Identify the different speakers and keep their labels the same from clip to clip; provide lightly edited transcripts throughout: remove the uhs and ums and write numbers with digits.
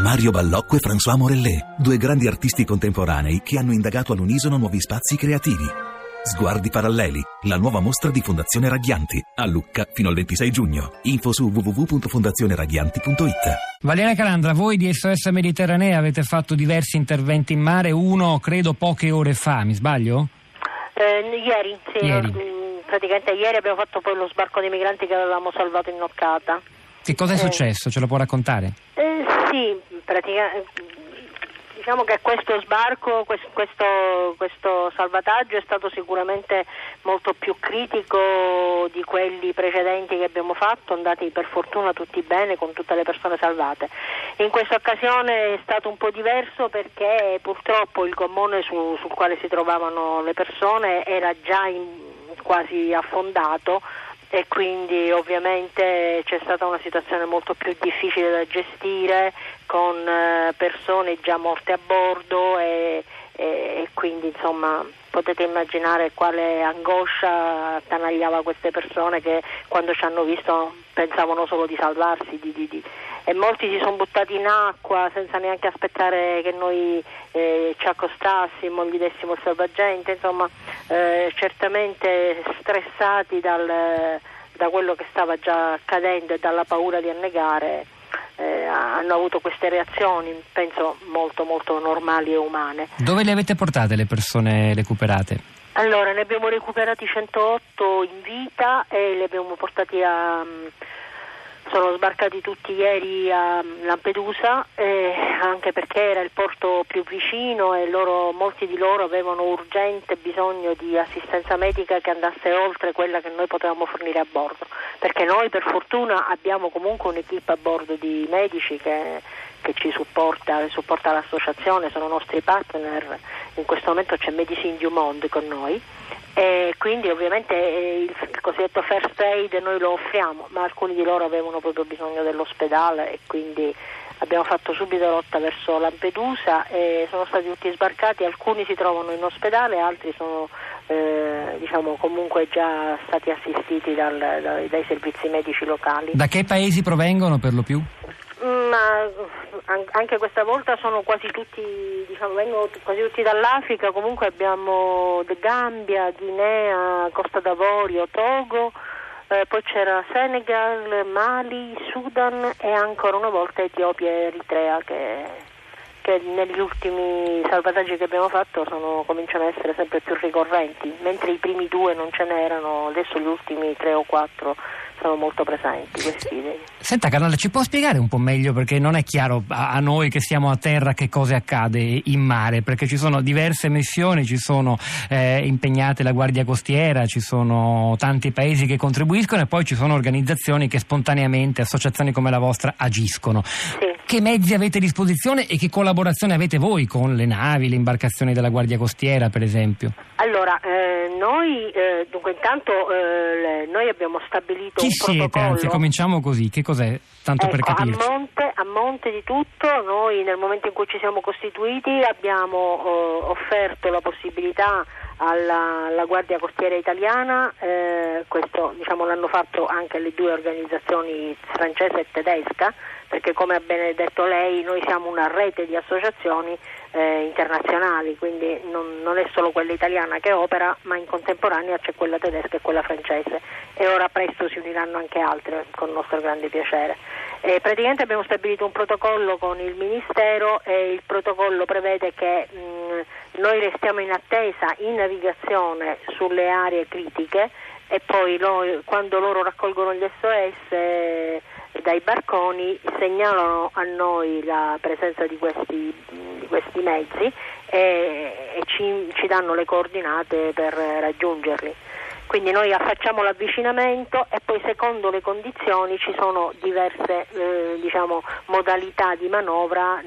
Speaker 1: Mario Ballocco e François Morellet, due grandi artisti contemporanei che hanno indagato all'unisono nuovi spazi creativi. Sguardi paralleli, la nuova mostra di Fondazione Raghianti, a Lucca fino al 26 giugno. Info su www.fondazioneraghianti.it.
Speaker 2: Valeria Calandra, voi di SOS Mediterranea avete fatto diversi interventi in mare, uno credo poche ore fa, mi sbaglio?
Speaker 3: Ieri, sì. Praticamente ieri abbiamo fatto poi lo sbarco dei migranti che avevamo salvato in noccata.
Speaker 2: Che cosa è successo? Ce lo può raccontare?
Speaker 3: Sì, diciamo che questo sbarco, questo salvataggio è stato sicuramente molto più critico di quelli precedenti che abbiamo fatto, andati per fortuna tutti bene con tutte le persone salvate. In questa occasione è stato un po' diverso perché purtroppo il gommone sul quale si trovavano le persone era già quasi affondato e quindi ovviamente c'è stata una situazione molto più difficile da gestire con persone già morte a bordo e quindi insomma potete immaginare quale angoscia attanagliava queste persone che quando ci hanno visto pensavano solo di salvarsi e molti si sono buttati in acqua senza neanche aspettare che noi ci accostassimo, gli dessimo il salvagente, insomma certamente stressati da quello che stava già accadendo e dalla paura di annegare. Hanno avuto queste reazioni, penso molto molto normali e umane.
Speaker 2: Dove le avete portate le persone recuperate?
Speaker 3: Allora, ne abbiamo recuperati 108 in vita e li abbiamo portati sono sbarcati tutti ieri a Lampedusa, anche perché era il porto più vicino e molti di loro avevano urgente bisogno di assistenza medica che andasse oltre quella che noi potevamo fornire a bordo, perché noi per fortuna abbiamo comunque un'equipe a bordo di medici che ci supporta l'associazione, sono nostri partner. In questo momento c'è Medicine du Monde con noi e quindi ovviamente il cosiddetto first aid noi lo offriamo, ma alcuni di loro avevano proprio bisogno dell'ospedale e quindi abbiamo fatto subito rotta verso Lampedusa e sono stati tutti sbarcati, alcuni si trovano in ospedale, altri sono comunque già stati assistiti dai servizi medici locali.
Speaker 2: Da che paesi provengono per lo più?
Speaker 3: Ma anche questa volta sono quasi tutti, vengono quasi tutti dall'Africa, comunque abbiamo Gambia, Guinea, Costa d'Avorio, Togo, poi c'era Senegal, Mali, Sudan e ancora una volta Etiopia e Eritrea che negli ultimi salvataggi che abbiamo fatto cominciano a essere sempre più ricorrenti, mentre i primi due non ce n'erano, adesso gli ultimi 3 o 4 sono molto presenti questi idee.
Speaker 2: Senta Calandra, ci può spiegare un po' meglio, perché non è chiaro a noi che siamo a terra che cosa accade in mare, perché ci sono diverse missioni, ci sono impegnate la Guardia Costiera, ci sono tanti paesi che contribuiscono e poi ci sono organizzazioni che spontaneamente, associazioni come la vostra, agiscono. Sì. Che mezzi avete a disposizione e che collaborazione avete voi con le navi, le imbarcazioni della Guardia Costiera per esempio?
Speaker 3: Allora, noi dunque intanto noi abbiamo stabilito
Speaker 2: Chi
Speaker 3: un
Speaker 2: siete?
Speaker 3: protocollo.
Speaker 2: Anzi, cominciamo così, che cos'è? Tanto per capirci.
Speaker 3: A monte di tutto, noi nel momento in cui ci siamo costituiti abbiamo offerto la possibilità alla Guardia Costiera Italiana, questo l'hanno fatto anche le due organizzazioni francese e tedesca, perché come ha bene detto lei noi siamo una rete di associazioni internazionali, quindi non è solo quella italiana che opera, ma in contemporanea c'è quella tedesca e quella francese e ora presto si uniranno anche altre con nostro grande piacere. Praticamente abbiamo stabilito un protocollo con il Ministero e il protocollo prevede che noi restiamo in attesa in navigazione sulle aree critiche e poi quando loro raccolgono gli SOS dai barconi segnalano a noi la presenza di questi mezzi e ci danno le coordinate per raggiungerli. Quindi noi facciamo l'avvicinamento e poi secondo le condizioni ci sono diverse modalità di manovra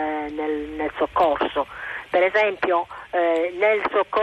Speaker 3: nel soccorso. Per esempio nei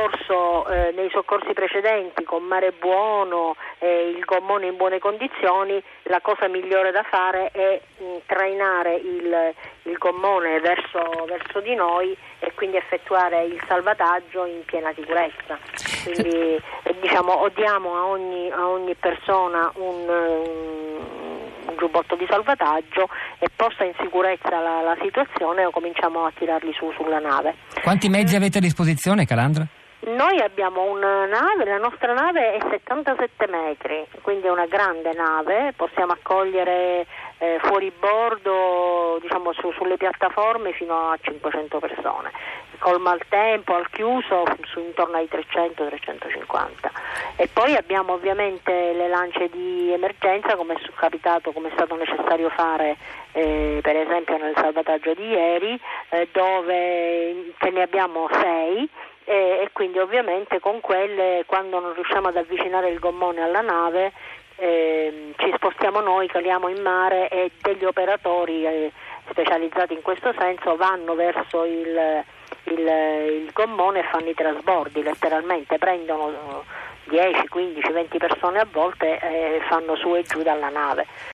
Speaker 3: soccorsi precedenti con mare buono e il gommone in buone condizioni, la cosa migliore da fare è trainare il gommone verso di noi e quindi effettuare il salvataggio in piena sicurezza. Quindi diamo a ogni persona un giubbotto di salvataggio e posta in sicurezza la situazione cominciamo a tirarli su sulla nave.
Speaker 2: Quanti mezzi avete a disposizione, Calandra?
Speaker 3: Noi abbiamo una nave, la nostra nave è 77 metri, quindi è una grande nave, possiamo accogliere fuori bordo, diciamo sulle piattaforme fino a 500 persone, col maltempo al chiuso intorno ai 300-350. E poi abbiamo ovviamente le lance di emergenza, come è capitato, come è stato necessario fare per esempio nel salvataggio di ieri, dove che ne abbiamo 6. E quindi ovviamente con quelle, quando non riusciamo ad avvicinare il gommone alla nave, ci spostiamo noi, caliamo in mare e degli operatori specializzati in questo senso vanno verso il gommone e fanno i trasbordi, letteralmente prendono 10, 15, 20 persone a volte e fanno su e giù dalla nave.